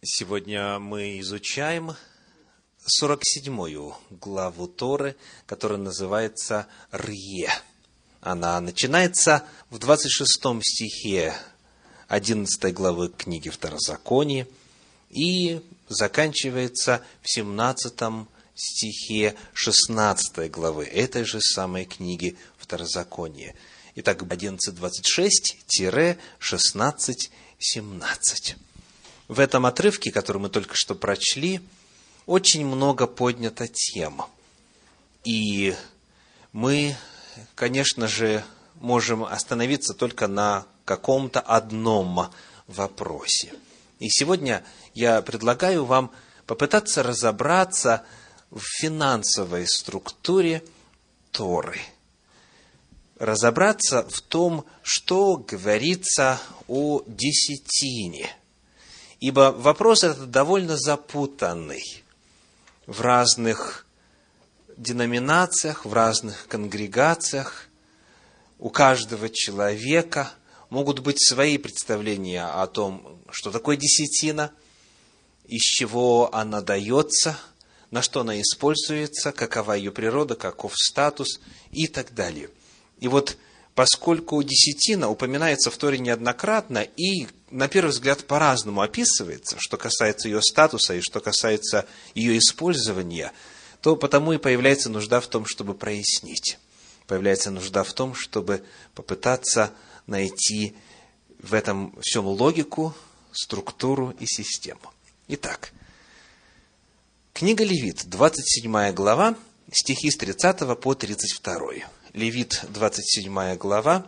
Сегодня мы изучаем 47-ю главу Торы, которая называется «Рье». Она начинается в 26 стихе 11 главы книги Второзакония и заканчивается в 17 стихе 16 главы этой же самой книги Второзакония. Итак, 11:26-16:17. В этом отрывке, который мы только что прочли, очень много поднято тем. И мы, конечно же, можем остановиться только на каком-то одном вопросе. И сегодня я предлагаю вам попытаться разобраться в финансовой структуре Торы. Разобраться в том, что говорится о десятине. Ибо вопрос этот довольно запутанный. В разных деноминациях, в разных конгрегациях у каждого человека могут быть свои представления о том, что такое десятина, из чего она дается, на что она используется, какова ее природа, каков статус и так далее. И вот поскольку десятина упоминается в Торе неоднократно и, на первый взгляд, по-разному описывается, что касается ее статуса и что касается ее использования, то потому и появляется нужда в том, чтобы прояснить. Появляется нужда в том, чтобы попытаться найти в этом всем логику, структуру и систему. Итак, книга Левит, 27 глава, стихи с 30 по 32. Левит, 27 глава,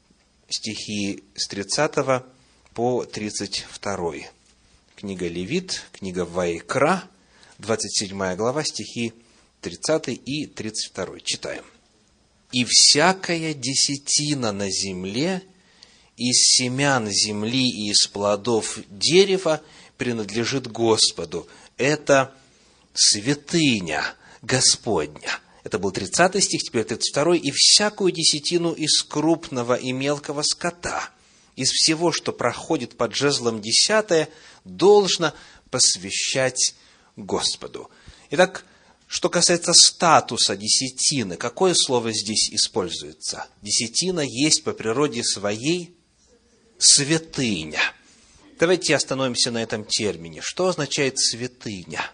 стихи с 30 по 32. Книга Левит, книга Ваикра, 27 глава, стихи 30 и 32. Читаем. «И всякая десятина на земле, из семян земли и из плодов дерева принадлежит Господу. Это святыня Господня». Это был 30 стих, теперь 32. «И всякую десятину из крупного и мелкого скота, из всего, что проходит под жезлом десятое, должно посвящать Господу». Итак, что касается статуса десятины, какое слово здесь используется? Десятина есть по природе своей святыня. Давайте остановимся на этом термине. Что означает святыня?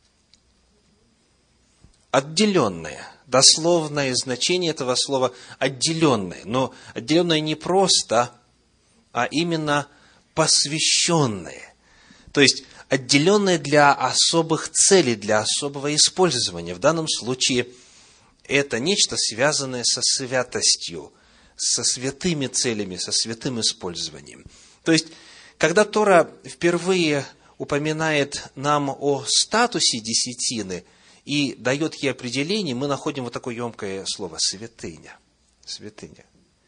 Отделенное. Дословное значение этого слова отделенное. Но отделенное не просто, а именно посвященное. То есть отделенное для особых целей, для особого использования. В данном случае это нечто, связанное со святостью, со святыми целями, со святым использованием. То есть, когда Тора впервые упоминает нам о статусе десятины и дает ей определение, мы находим вот такое емкое слово «святыня». Святыня.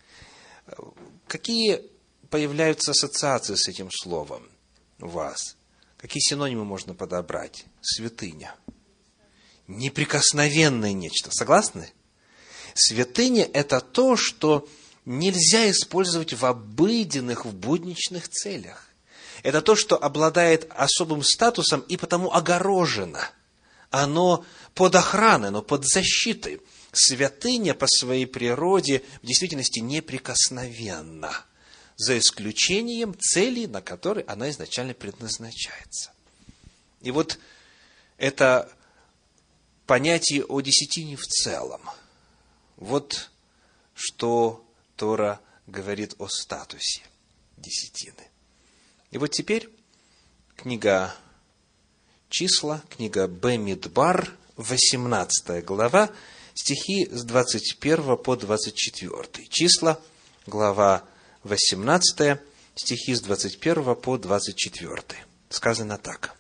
Какие появляются ассоциации с этим словом у вас? Какие синонимы можно подобрать? Святыня. Неприкосновенное нечто. Согласны? Святыня – это то, что нельзя использовать в обыденных, в будничных целях. Это то, что обладает особым статусом и потому огорожено. Оно под охраной, оно под защитой. Святыня по своей природе в действительности неприкосновенна, за исключением целей, на которые она изначально предназначается. И вот это понятие о десятине в целом. Вот что Тора говорит о статусе десятины. И вот теперь книга Числа, книга Бамидбар, 18 глава, стихи с 21 по 24. Числа, глава 18, стихи с 21 по 24. Сказано так.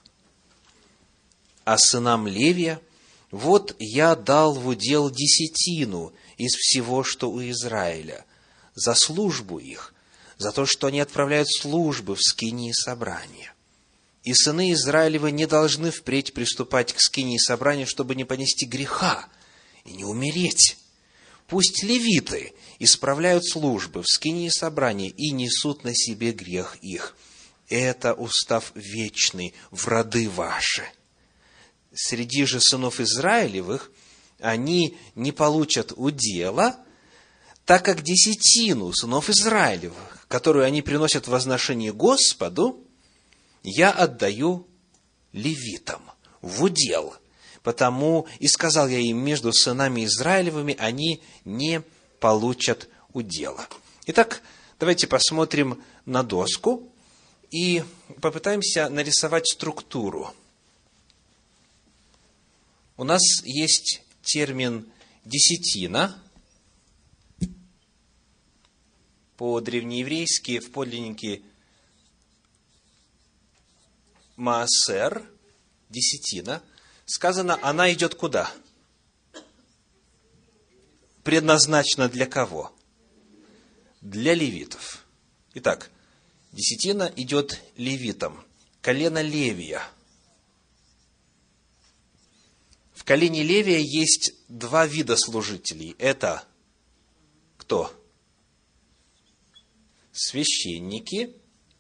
«А сынам Левия, вот я дал в удел десятину из всего, что у Израиля, за службу их, за то, что они отправляют службы в скинии собрания. И сыны Израилевы не должны впредь приступать к скинии собрания, чтобы не понести греха и не умереть. Пусть левиты исправляют службы в скинии собрания и несут на себе грех их. это устав вечный в роды ваши. Среди же сынов Израилевых они не получат удела, так как десятину сынов Израилевых, которую они приносят в возношение Господу, я отдаю левитам в удел. Потому и сказал я им, между сынами Израилевыми они не получат удела. Итак, давайте посмотрим на доску и попытаемся нарисовать структуру. У нас есть термин «десятина». По-древнееврейски в подлиннике «маасер», десятина, сказано, она идет куда? Предназначена для кого? Для левитов. Итак, десятина идет левитам. Колено Левия. В колене Левия есть два вида служителей. Это кто? Священники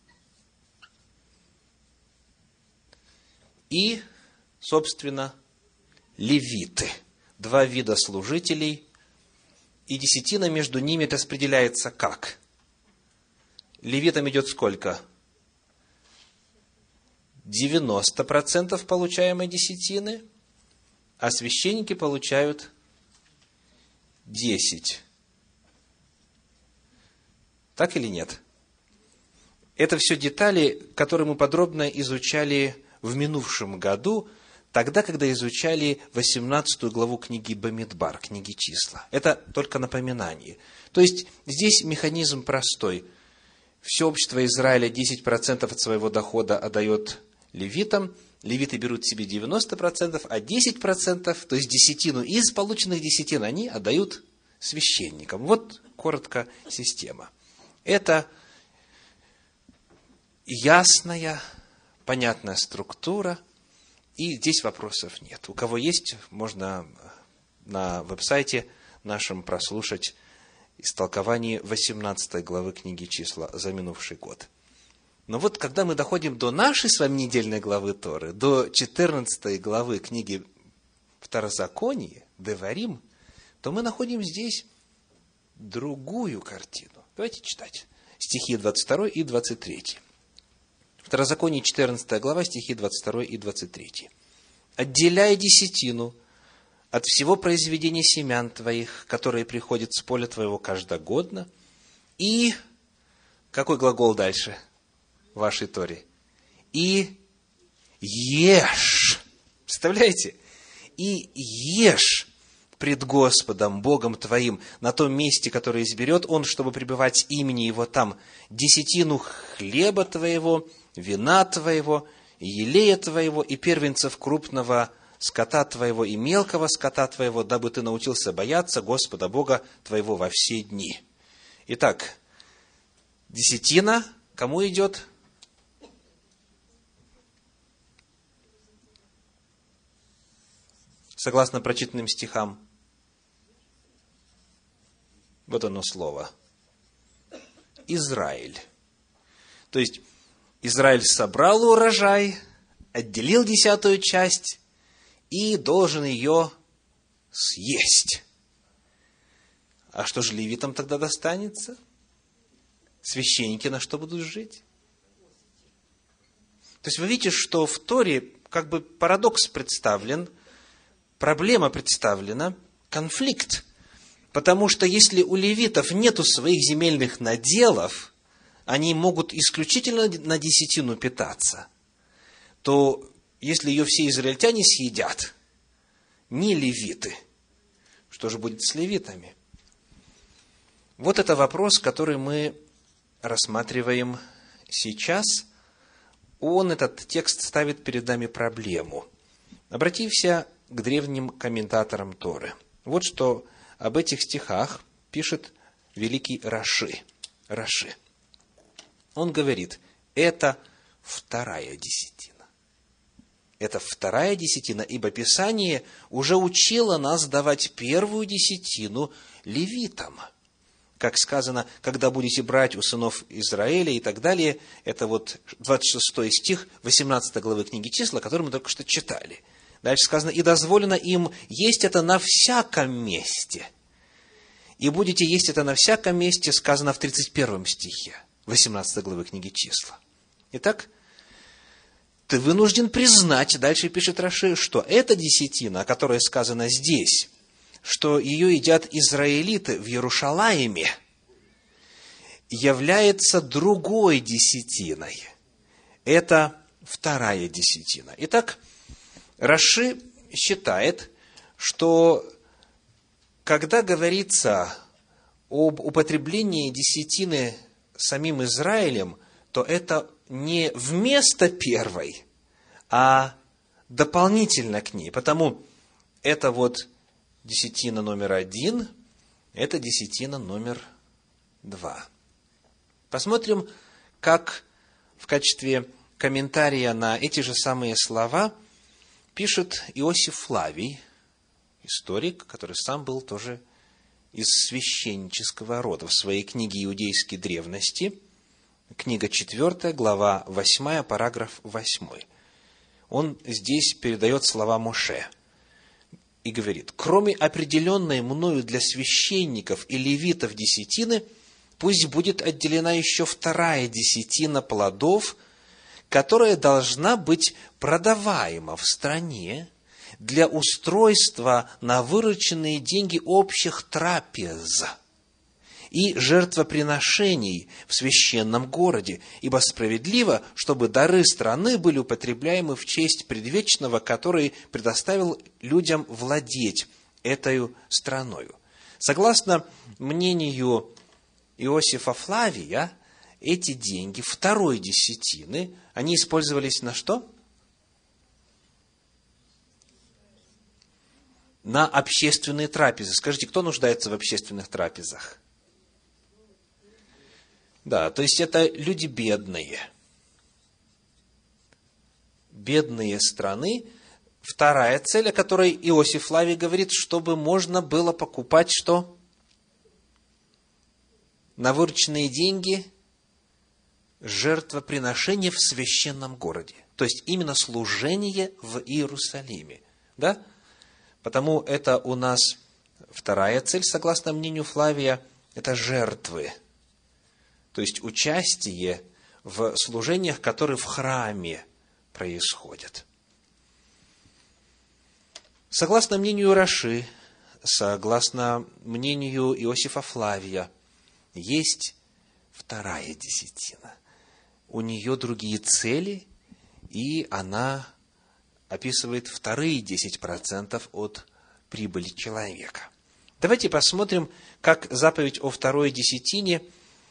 и, собственно, левиты. Два вида служителей. И десятина между ними распределяется как? Левитам идет сколько? 90% получаемой десятины, а священники получают 10%. Так или нет? Это все детали, которые мы подробно изучали в минувшем году, тогда, когда изучали 18 главу книги Бамидбар, книги Числа. Это только напоминание. То есть, здесь механизм простой. Все общество Израиля 10% от своего дохода отдает левитам, левиты берут себе 90%, а 10%, то есть десятину из полученных десятин, они отдают священникам. Вот коротко система. Это ясная, понятная структура, и здесь вопросов нет. У кого есть, можно на веб-сайте нашем прослушать истолкование 18 главы книги Числа за минувший год. Но вот когда мы доходим до нашей с вами недельной главы Торы, до 14 главы книги Второзакония, Деварим, то мы находим здесь другую картину. Давайте читать стихи 22 и 23. Второзаконие, 14 глава, стихи 22 и 23. «Отделяй десятину от всего произведения семян твоих, которые приходят с поля твоего каждогодно, и...» Какой глагол дальше в вашей Торе? «И ешь». Представляете? «И ешь пред Господом, Богом твоим, на том месте, которое изберет Он, чтобы пребывать имени Его там, десятину хлеба твоего, вина твоего, елея твоего и первенцев крупного скота твоего и мелкого скота твоего, дабы ты научился бояться Господа Бога твоего во все дни». Итак, десятина кому идет? Согласно прочитанным стихам. Вот оно слово. Израиль. То есть, Израиль собрал урожай, отделил 10-ю часть и должен ее съесть. А что же левитам тогда достанется? Священники на что будут жить? То есть, вы видите, что в Торе как бы парадокс представлен, проблема представлена, конфликт. Потому что если у левитов нету своих земельных наделов, они могут исключительно на десятину питаться, то если ее все израильтяне съедят, не левиты, что же будет с левитами? Вот это вопрос, который мы рассматриваем сейчас. Этот текст ставит перед нами проблему. Обратимся к древним комментаторам Торы. Вот что об этих стихах пишет великий Раши. Он говорит, это вторая десятина. Это вторая десятина, ибо Писание уже учило нас давать первую десятину левитам, как сказано, когда будете брать у сынов Израиля и так далее. Это вот 26 стих 18 главы книги Числа, который мы только что читали. Дальше сказано, и дозволено им есть это на всяком месте. И будете есть это на всяком месте, сказано в 31 стихе 18 главы книги Числа. Итак, ты вынужден признать, дальше пишет Раши, что эта десятина, которая сказана здесь, что ее едят израилиты в Иерушалаиме, является другой десятиной. Это вторая десятина. Итак, Раши считает, что когда говорится об употреблении десятины самим Израилем, то это не вместо первой, а дополнительно к ней. Потому это вот десятина номер 1, это десятина номер 2. Посмотрим, как в качестве комментария на эти же самые слова пишет Иосиф Флавий, историк, который сам был тоже из священнического рода, в своей книге «Иудейские древности», книга 4, глава 8, параграф 8. Он здесь передает слова Моше и говорит: «Кроме определенной мною для священников и левитов десятины, пусть будет отделена еще вторая десятина плодов, которая должна быть продаваема в стране для устройства на вырученные деньги общих трапез и жертвоприношений в священном городе, ибо справедливо, чтобы дары страны были употребляемы в честь предвечного, который предоставил людям владеть этой страною». Согласно мнению Иосифа Флавия, эти деньги второй десятины, они использовались на что? На общественные трапезы. Скажите, кто нуждается в общественных трапезах? Да, то есть это люди бедные. Бедные страны. Вторая цель, о которой Иосиф Флавий говорит, чтобы можно было покупать что? На вырученные деньги жертвоприношение в священном городе. То есть именно служение в Иерусалиме. Да? Потому это у нас вторая цель, согласно мнению Флавия, это жертвы. То есть участие в служениях, которые в храме происходят. Согласно мнению Раши, согласно мнению Иосифа Флавия, есть вторая десятина. У нее другие цели, и она описывает вторые 10% от прибыли человека. Давайте посмотрим, как заповедь о второй десятине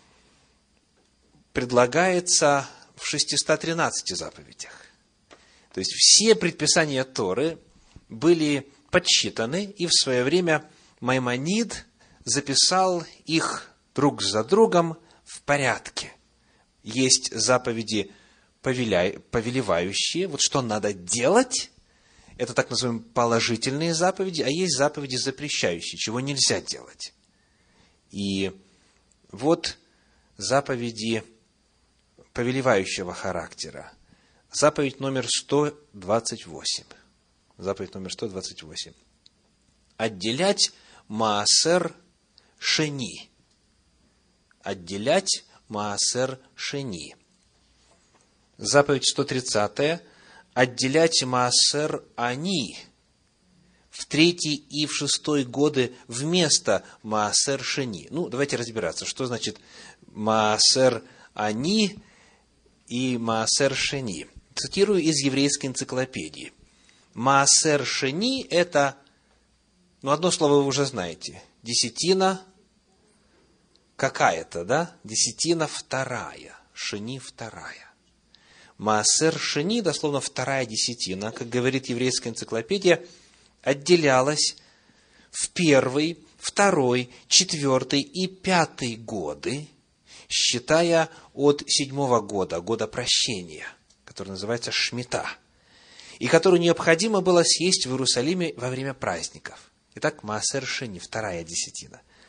предлагается в 613 заповедях. То есть все предписания Торы были подсчитаны, и в свое время Маймонид записал их друг за другом в порядке. Есть заповеди повелевающие, вот что надо делать, это так называемые положительные заповеди, а есть заповеди запрещающие, чего нельзя делать. И вот заповеди повелевающего характера. Заповедь номер 128. Заповедь номер 128. Отделять маасер шени. Отделять маасер шени. Заповедь 130. Отделять маасер ани в 3-й и в 6-й годы вместо маасер шени. Ну, давайте разбираться, что значит маасер ани и маасер шени. Цитирую из еврейской энциклопедии. Маасер шени – это, одно слово вы уже знаете, десятина какая-то, да? Десятина вторая, шени вторая. Маасер шени, дословно вторая десятина, как говорит еврейская энциклопедия, отделялась в 1-й, 2-й, 4-й и 5-й годы, считая от 7-го года, года прощения, который называется Шмита, и которую необходимо было съесть в Иерусалиме во время праздников. Итак, маасер шени, вторая десятина.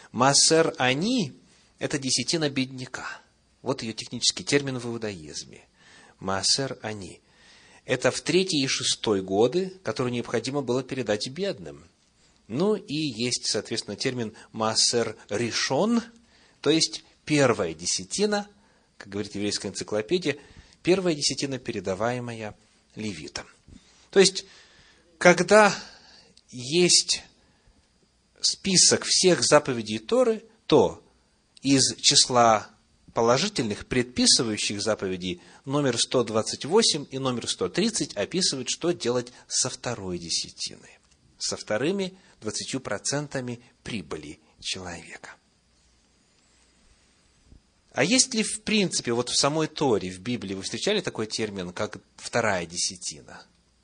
Маасер Ани – это десятина бедняка. Вот ее технический термин в иудаизме. Маасер Ани. Это в 3-й и 6-й годы, которые необходимо было передать бедным. Ну и есть, соответственно, термин Маасер Ришон, то есть первая десятина, как говорит еврейская энциклопедия, первая десятина, передаваемая левитам. То есть, когда есть список всех заповедей Торы, то из числа положительных, предписывающих заповедей, номер 128 и номер 130 описывают, что делать со второй десятиной, со вторыми 20% прибыли человека. А есть ли, в принципе, вот в самой Торе, в Библии, вы встречали такой термин, как вторая десятина?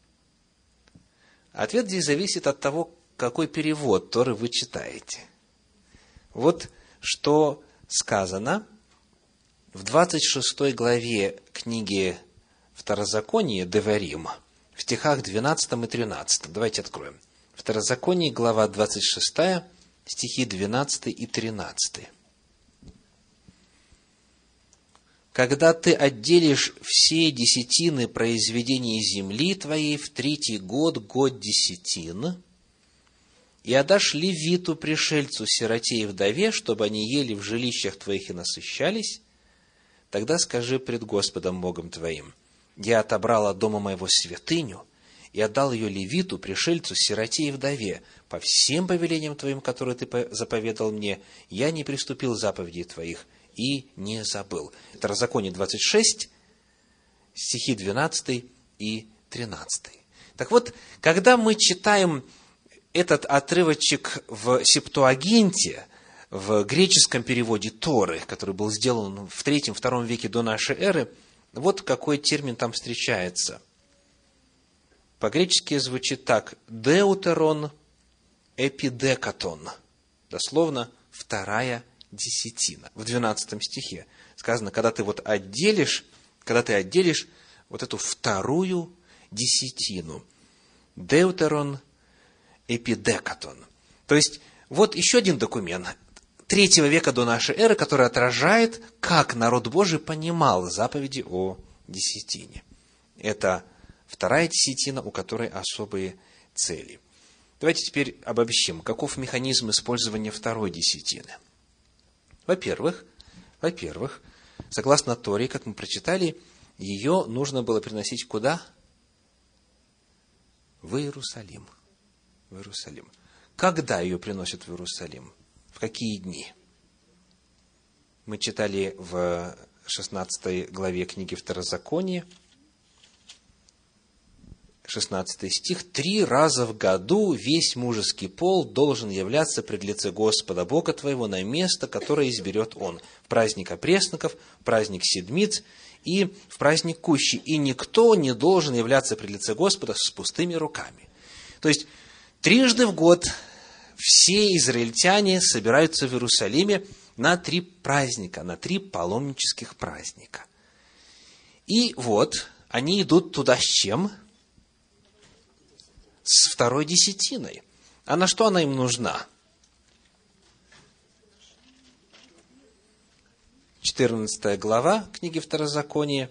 Ответ здесь зависит от того, какой перевод Торы вы читаете. Вот что сказано в 26 главе книги Второзакония, Деварим, в стихах 12 и 13. Давайте откроем. Второзаконие, глава 26, стихи 12 и 13. «Когда ты отделишь все десятины произведений земли твоей в 3-й год, год десятин, и отдашь левиту, пришельцу, сироте и вдове, чтобы они ели в жилищах твоих и насыщались, тогда скажи пред Господом Богом твоим: я отобрал от дома моего святыню и отдал ее левиту, пришельцу, сироте и вдове, по всем повелениям твоим, которые ты заповедал мне, я не приступил заповедей твоих и не забыл». Второзаконие 26, стихи 12 и 13. Так вот, когда мы читаем этот отрывочек в Септуагинте, в греческом переводе Торы, который был сделан в 3-2 веке до нашей эры, вот какой термин там встречается. По-гречески звучит так: «Деутерон эпидекатон», дословно «вторая десятина». В 12 стихе сказано, когда ты отделишь вот эту вторую десятину. Деутерон эпидекатон. То есть, вот еще один документ 3 века до нашей эры, который отражает, как народ Божий понимал заповеди о десятине. Это вторая десятина, у которой особые цели. Давайте теперь обобщим, каков механизм использования второй десятины. Во-первых, согласно Торе, как мы прочитали, ее нужно было приносить куда? В Иерусалим. В Иерусалим. Когда ее приносят в Иерусалим? В какие дни? Мы читали в 16 главе книги Второзакония, 16 стих: «3 раза в году весь мужеский пол должен являться пред лице Господа Бога твоего на место, которое изберет Он, в праздник опресноков, в праздник седмиц и в праздник кущи, и никто не должен являться пред лице Господа с пустыми руками». То есть, 3 в год все израильтяне собираются в Иерусалиме на 3 праздника, на 3 паломнических праздника. И вот, они идут туда с чем? С второй десятиной. А на что она им нужна? 14 глава книги Второзакония,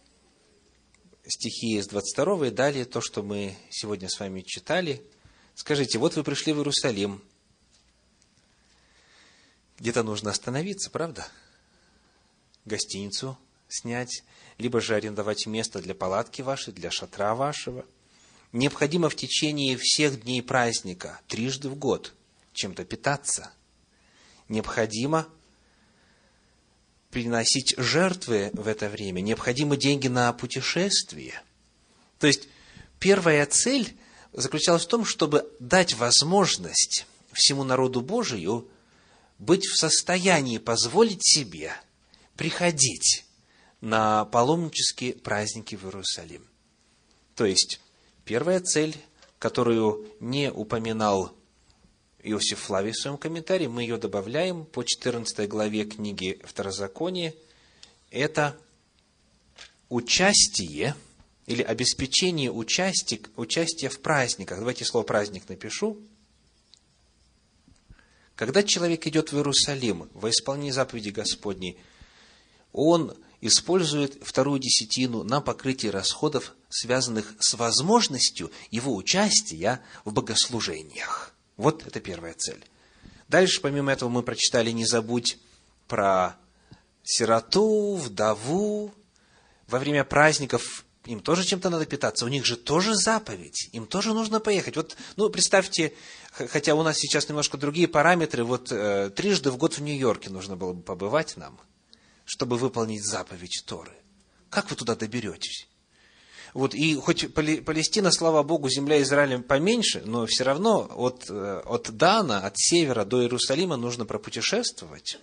стихи с 22 и далее, то, что мы сегодня с вами читали. Скажите, вот вы пришли в Иерусалим. Где-то нужно остановиться, правда? Гостиницу снять, либо же арендовать место для палатки вашей, для шатра вашего. Необходимо в течение всех дней праздника, 3 в год, чем-то питаться. Необходимо приносить жертвы в это время. Необходимы деньги на путешествие. То есть, первая цель заключалась в том, чтобы дать возможность всему народу Божию быть в состоянии позволить себе приходить на паломнические праздники в Иерусалим. То есть, первая цель, которую не упоминал Иосиф Флавий в своем комментарии, мы ее добавляем по 14 главе книги Второзакония, это участие или обеспечение участия в праздниках. Давайте слово «праздник» напишу. Когда человек идет в Иерусалим во исполнение заповеди Господней, он использует вторую десятину на покрытие расходов, связанных с возможностью его участия в богослужениях. Вот это первая цель. Дальше, помимо этого, мы прочитали: не забудь про сироту, вдову. Во время праздников им тоже чем-то надо питаться, у них же тоже заповедь, им тоже нужно поехать. Вот, представьте, хотя у нас сейчас немножко другие параметры, трижды в год в Нью-Йорке нужно было бы побывать нам, чтобы выполнить заповедь Торы. Как вы туда доберетесь? И хоть Палестина, слава Богу, земля Израиля поменьше, но все равно от Дана, от севера до Иерусалима нужно пропутешествовать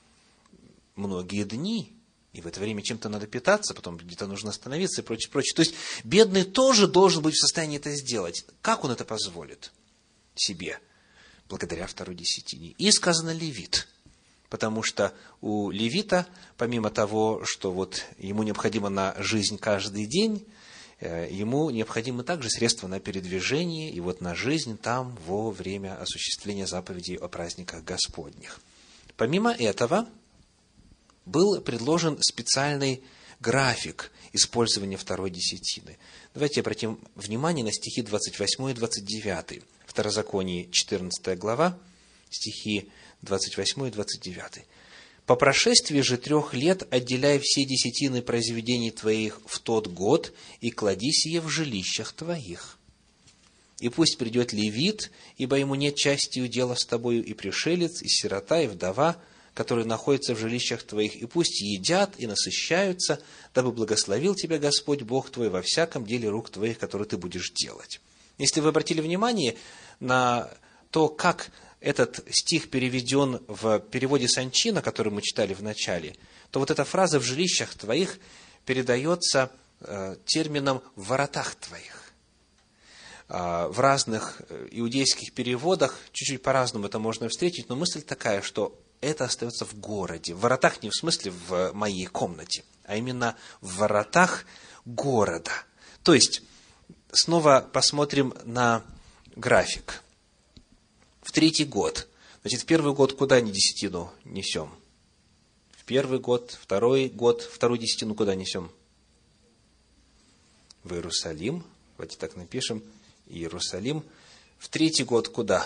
многие дни. И в это время чем-то надо питаться, потом где-то нужно остановиться и прочее, прочее. То есть, бедный тоже должен быть в состоянии это сделать. Как он это позволит себе? Благодаря второй десятине. И сказано левит. Потому что у левита, помимо того, что ему необходимо на жизнь каждый день, ему необходимы также средства на передвижение и на жизнь там во время осуществления заповедей о праздниках Господних. Помимо этого, был предложен специальный график использования второй десятины. Давайте обратим внимание на стихи 28 и 29. Второзаконие, 14 глава, стихи 28 и 29. «По прошествии же 3 лет отделяй все десятины произведений твоих в тот год и клади сие в жилищах твоих. И пусть придет левит, ибо ему нет части и дела с тобою, и пришелец, и сирота, и вдова, которые находятся в жилищах твоих, и пусть едят и насыщаются, дабы благословил тебя Господь Бог твой во всяком деле рук твоих, которые ты будешь делать». Если вы обратили внимание на то, как этот стих переведен в переводе Санчина, который мы читали в начале, то эта фраза «в жилищах твоих» передается термином «в воротах твоих». В разных иудейских переводах чуть-чуть по-разному это можно встретить, но мысль такая, что это остается в городе. В воротах не в смысле в моей комнате, а именно в воротах города. То есть, снова посмотрим на график. В 3-й год. Значит, в 1-й год куда десятину несем? В 1-й год, 2-й год, вторую десятину куда несем? В Иерусалим. Давайте так напишем. Иерусалим. В 3-й год куда?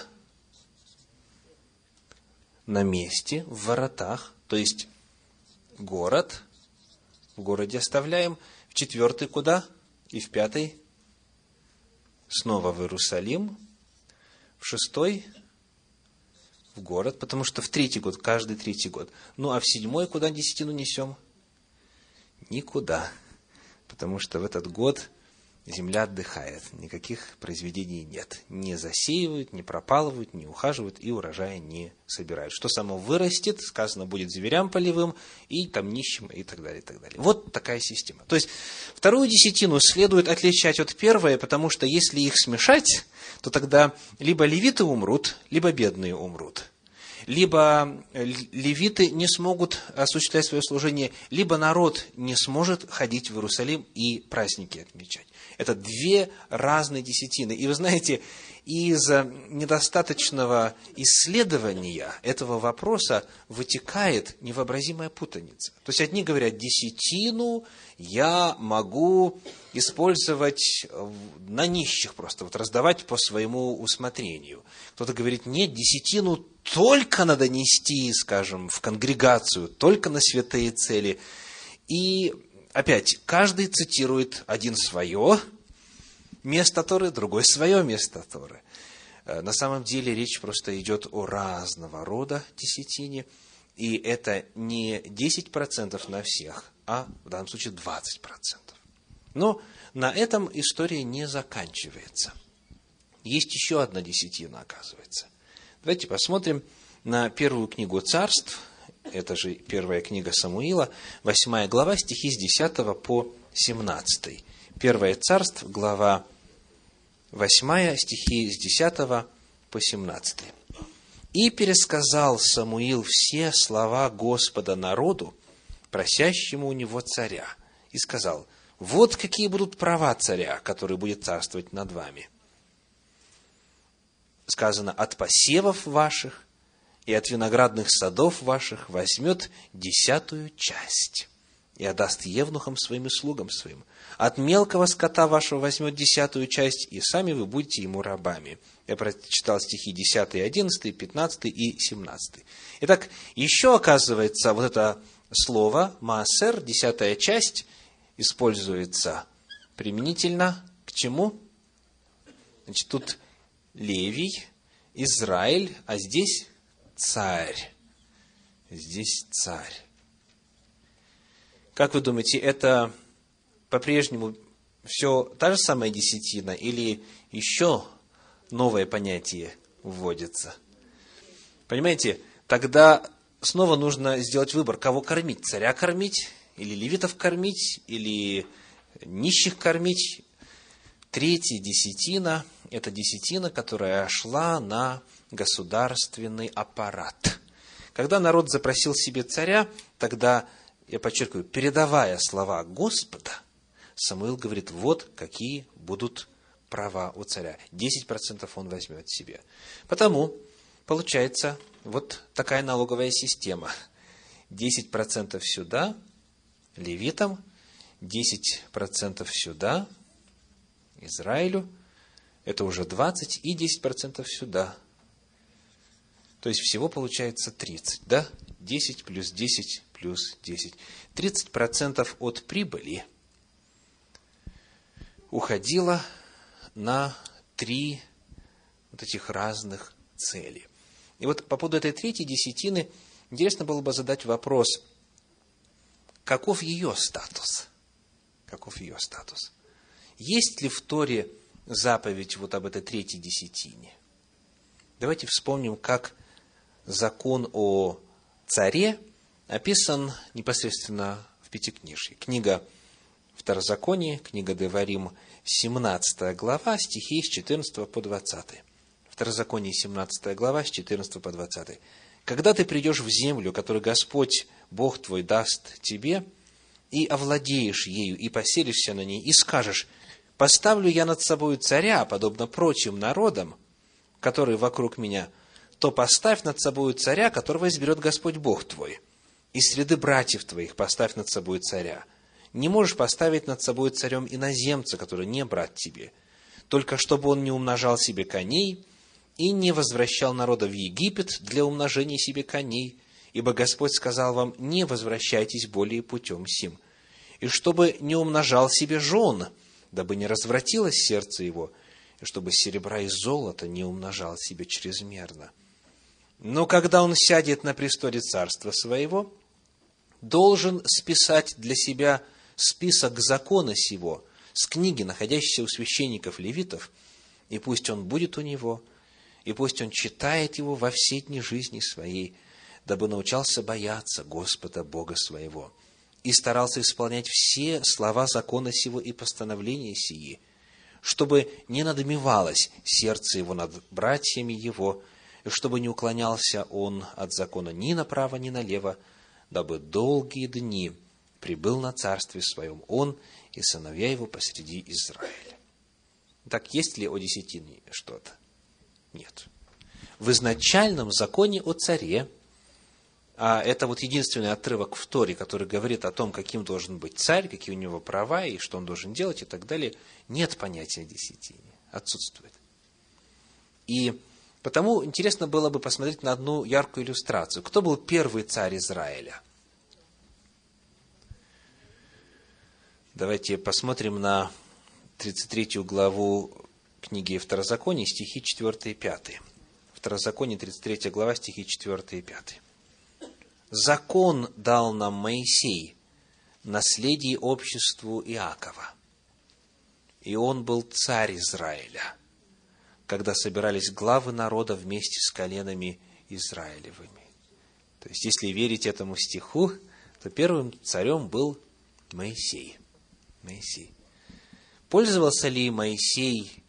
На месте, в воротах, то есть город, в городе оставляем. В 4-й куда? И в 5-й снова в Иерусалим. В 6-й в город, потому что в 3-й год, каждый 3-й год. А в 7-й куда десятину несем? Никуда, потому что в этот год земля отдыхает, никаких произведений нет. Не засеивают, не пропалывают, не ухаживают и урожая не собирают. Что само вырастет, сказано, будет зверям полевым и нищим и так далее, и так далее. Вот такая система. То есть, вторую десятину следует отличать от первой, потому что если их смешать, то тогда либо левиты умрут, либо бедные умрут. Либо левиты не смогут осуществлять свое служение, либо народ не сможет ходить в Иерусалим и праздники отмечать. Это 2 разные десятины. И вы знаете, из недостаточного исследования этого вопроса вытекает невообразимая путаница. То есть, одни говорят, десятину я могу использовать на нищих просто, раздавать по своему усмотрению. Кто-то говорит, нет, десятину только надо нести, скажем, в конгрегацию, только на святые цели. И опять, каждый цитирует один свое место Торы, другой свое место Торы. На самом деле речь просто идет о разного рода десятине, и это не 10% на всех, а в данном случае 20%. Но на этом история не заканчивается. Есть еще одна десятина, оказывается. Давайте посмотрим на 1 книгу Царств, это же 1 книга Самуила, 8 глава, стихи с 10 по 17. 1 Царств, глава 8, стихи с 10 по 17. «И пересказал Самуил все слова Господа народу, просящему у него царя, и сказал, вот какие будут права царя, который будет царствовать над вами. Сказано, от посевов ваших и от виноградных садов ваших возьмет 10 часть и отдаст евнухам своим и слугам своим. От мелкого скота вашего возьмет 10 часть, и сами вы будете ему рабами». Я прочитал стихи 10, 11, 15 и 17. Итак, еще оказывается, вот это слово «маасер», 10 часть, используется применительно к чему? Значит, тут Левий, Израиль, а здесь царь. Здесь царь. Как вы думаете, это по-прежнему все та же самая десятина или еще новое понятие вводится? Понимаете, тогда снова нужно сделать выбор, кого кормить. Царя кормить, или левитов кормить, или нищих кормить. Третья десятина – это десятина, которая шла на государственный аппарат. Когда народ запросил себе царя, тогда, я подчеркиваю, передавая слова Господа, Самуил говорит, вот какие будут права у царя. 10% он возьмет себе. Потому получается вот такая налоговая система. 10% сюда, левитам, 10% сюда, Израилю, это уже 20, и 10% сюда. То есть всего получается 30, да? 10 плюс 10 плюс 10. 30% от прибыли уходило на 3 вот этих разных цели. И вот по поводу этой третьей десятины интересно было бы задать вопрос, каков ее статус? Каков ее статус? Есть ли в Торе заповедь вот об этой третьей десятине? Давайте вспомним, как закон о царе описан непосредственно в Пятикнижье. Книга Второзаконие, книга Деварим, 17 глава, стихи с 14 по 20. Второзаконие, 17 глава, с 14 по 20. «Когда ты придешь в землю, которую Господь, Бог твой, даст тебе, и овладеешь ею, и поселишься на ней, и скажешь, поставлю я над собою царя, подобно прочим народам, которые вокруг меня, то поставь над собою царя, которого изберет Господь Бог твой. Из среды братьев твоих поставь над собою царя. Не можешь поставить над собой царем иноземца, который не брат тебе, только чтобы он не умножал себе коней и не возвращал народа в Египет для умножения себе коней, ибо Господь сказал вам, не возвращайтесь более путем сим, и чтобы не умножал себе жен, дабы не развратилось сердце его, и чтобы серебра и золота не умножал себе чрезмерно. Но когда он сядет на престоле царства своего, должен списать для себя список закона сего с книги, находящейся у священников-левитов, и пусть он будет у него, и пусть он читает его во все дни жизни своей, дабы научался бояться Господа Бога своего, и старался исполнять все слова закона сего и постановления сии, чтобы не надмевалось сердце его над братьями его, и чтобы не уклонялся он от закона ни направо, ни налево, дабы долгие дни прибыл на царстве своем он и сыновья его посреди Израиля». Так, есть ли о десятине что-то? Нет. В изначальном законе о царе, а это вот единственный отрывок в Торе, который говорит о том, каким должен быть царь, какие у него права, и что он должен делать, и так далее, нет понятия десятины, отсутствует. И потому интересно было бы посмотреть на одну яркую иллюстрацию. Кто был первый царь Израиля? Давайте посмотрим на 33 главу книги Второзакония, стихи 4 и 5. Второзаконие, 33 глава, стихи 4 и 5. «Закон дал нам Моисей, наследие обществу Иакова, и он был царь Израиля, когда собирались главы народа вместе с коленами Израилевыми». То есть, если верить этому стиху, то первым царем был Моисей. Моисей. Пользовался ли Моисей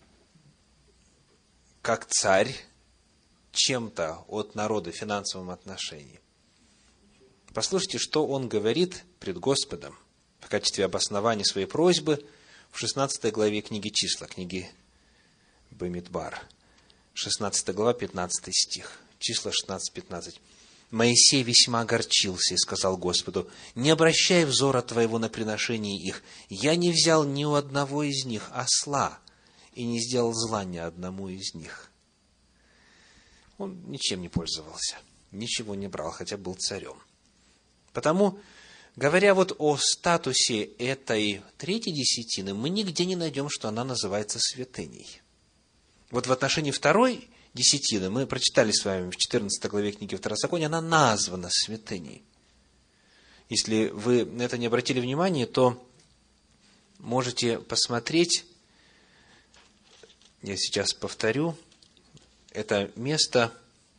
как царь чем-то от народа в финансовом отношении? Послушайте, что он говорит пред Господом в качестве обоснования своей просьбы в 16 главе книги Числа, книги Бамидбар, 16 глава, 15 стих. Числа 16:15. Моисей весьма огорчился и сказал Господу: «Не обращай взора твоего на приношение их. Я не взял ни у одного из них осла и не сделал зла ни одному из них». Он ничем не пользовался, ничего не брал, хотя был царем. Потому, говоря вот о статусе этой третьей десятины, мы нигде не найдем, что она называется святыней. Вот в отношении второй десятины, мы прочитали с вами в 14 главе книги Второзакония, она названа святыней. Если вы на это не обратили внимания, то можете посмотреть, я сейчас повторю, это место,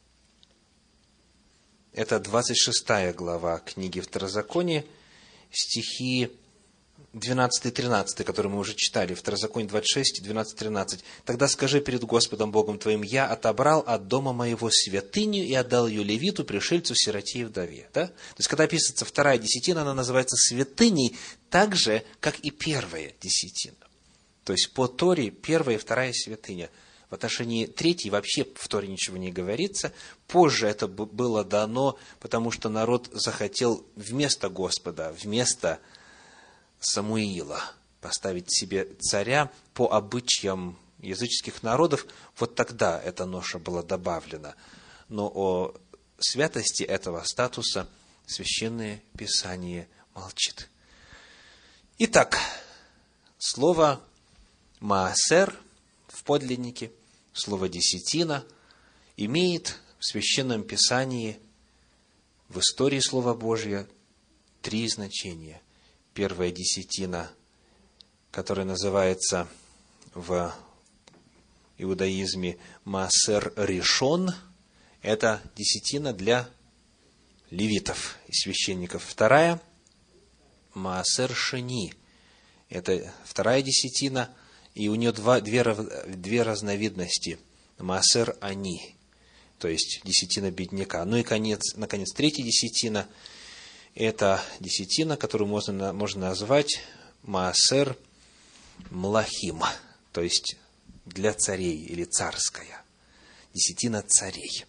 это 26 глава книги Второзакония, стихи 12-13, которые мы уже читали, Второзаконие 26, 12-13. «Тогда скажи перед Господом Богом твоим: я отобрал от дома моего святыню и отдал ее левиту, пришельцу, сироте и вдове». Да? То есть, когда описывается вторая десятина, она называется святыней, так же, как и первая десятина. То есть, по Торе первая и вторая святыня. В отношении третьей вообще в Торе ничего не говорится. Позже это было дано, потому что народ захотел вместо Господа, вместо Самуила поставить себе царя по обычаям языческих народов. Вот тогда эта ноша была добавлена. Но о святости этого статуса Священное Писание молчит. Итак, слово «маасер» в подлиннике, слово «десятина» имеет в Священном Писании, в истории Слова Божия, три значения. Первая десятина, которая называется в иудаизме «маасер ришон», это десятина для левитов и священников. Вторая – маасер шени, это вторая десятина, и у нее две разновидности – маасер ани, то есть десятина бедняка. Ну и, наконец, третья десятина – это десятина, которую можно назвать маасер млахим, то есть для царей или царская, десятина царей.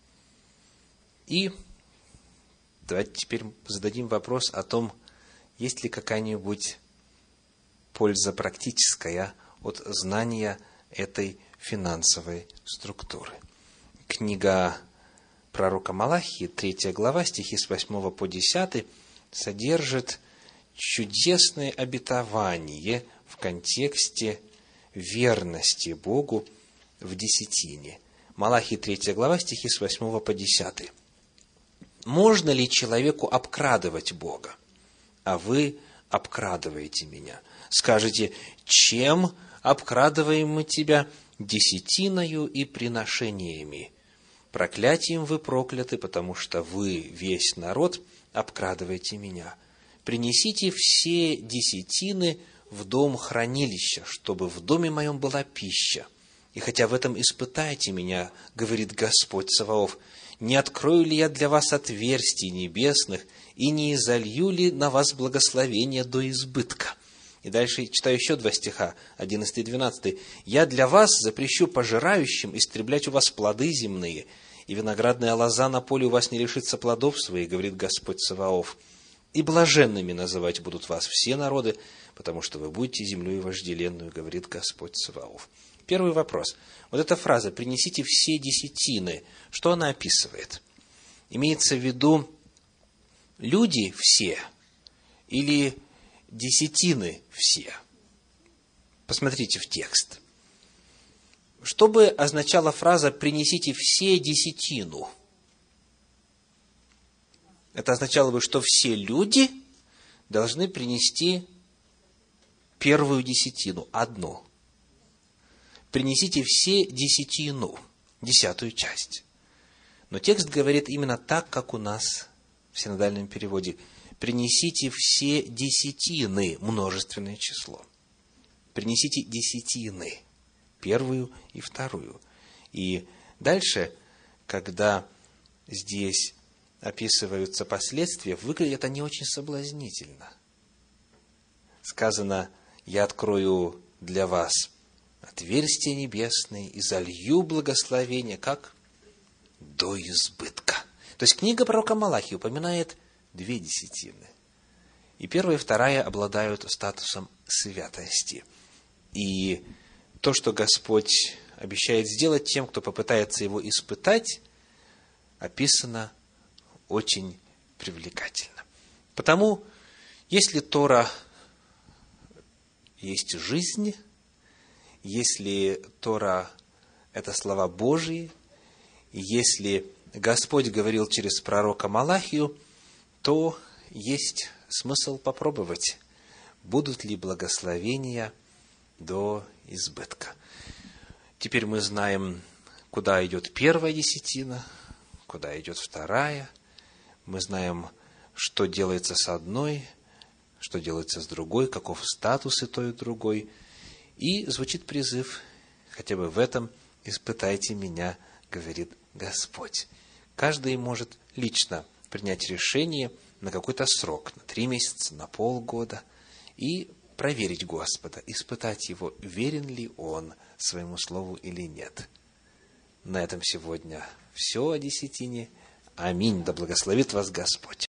И давайте теперь зададим вопрос о том, есть ли какая-нибудь польза практическая от знания этой финансовой структуры. Книга пророка Малахии, 3 глава, стихи с 8 по 10, содержит чудесное обетование в контексте верности Богу в десятине. Малахии, 3 глава, стихи с 8 по 10. «Можно ли человеку обкрадывать Бога? А вы обкрадываете меня. Скажете: чем обкрадываем мы тебя? Десятиною и приношениями. Проклятием вы прокляты, потому что вы, весь народ, обкрадываете меня. Принесите все десятины в дом хранилища, чтобы в доме моем была пища. И хотя в этом испытайте меня, говорит Господь Саваоф, не открою ли я для вас отверстий небесных и не изолью ли на вас благословение до избытка?» И дальше читаю еще 2 стиха, 11 и 12. «Я для вас запрещу пожирающим истреблять у вас плоды земные, и виноградная лоза на поле у вас не лишится плодов своих, говорит Господь Саваоф. И блаженными называть будут вас все народы, потому что вы будете землею вожделенную, говорит Господь Саваоф». Первый вопрос. Вот эта фраза «принесите все десятины», что она описывает? Имеется в виду люди все или десятины все? Посмотрите в текст. Что бы означала фраза «принесите все десятину»? Это означало бы, что все люди должны принести первую десятину, одну. Принесите все десятину, 10-ю часть. Но текст говорит именно так, как у нас в синодальном переводе. Принесите все десятины, множественное число. Принесите десятины, первую и вторую. И дальше, когда здесь описываются последствия, выглядят они очень соблазнительно. Сказано: «Я открою для вас отверстия небесные и залью благословение». Как? до избытка. То есть книга пророка Малахии упоминает 2 десятины. И первая и вторая обладают статусом святости. И то, что Господь обещает сделать тем, кто попытается его испытать, описано очень привлекательно. Потому, если Тора есть жизнь, если Тора – это слова Божьи, если Господь говорил через пророка Малахию, то есть смысл попробовать, будут ли благословения до избытка. Теперь мы знаем, куда идет первая десятина, куда идет вторая. Мы знаем, что делается с одной, что делается с другой, каков статус и той, и другой. И звучит призыв: хотя бы в этом испытайте меня, говорит Господь. Каждый может лично принять решение на какой-то срок, на 3 месяца, на полгода, и проверить Господа, испытать Его, верен ли Он своему Слову или нет. На этом сегодня все о десятине. Аминь. Да благословит вас Господь.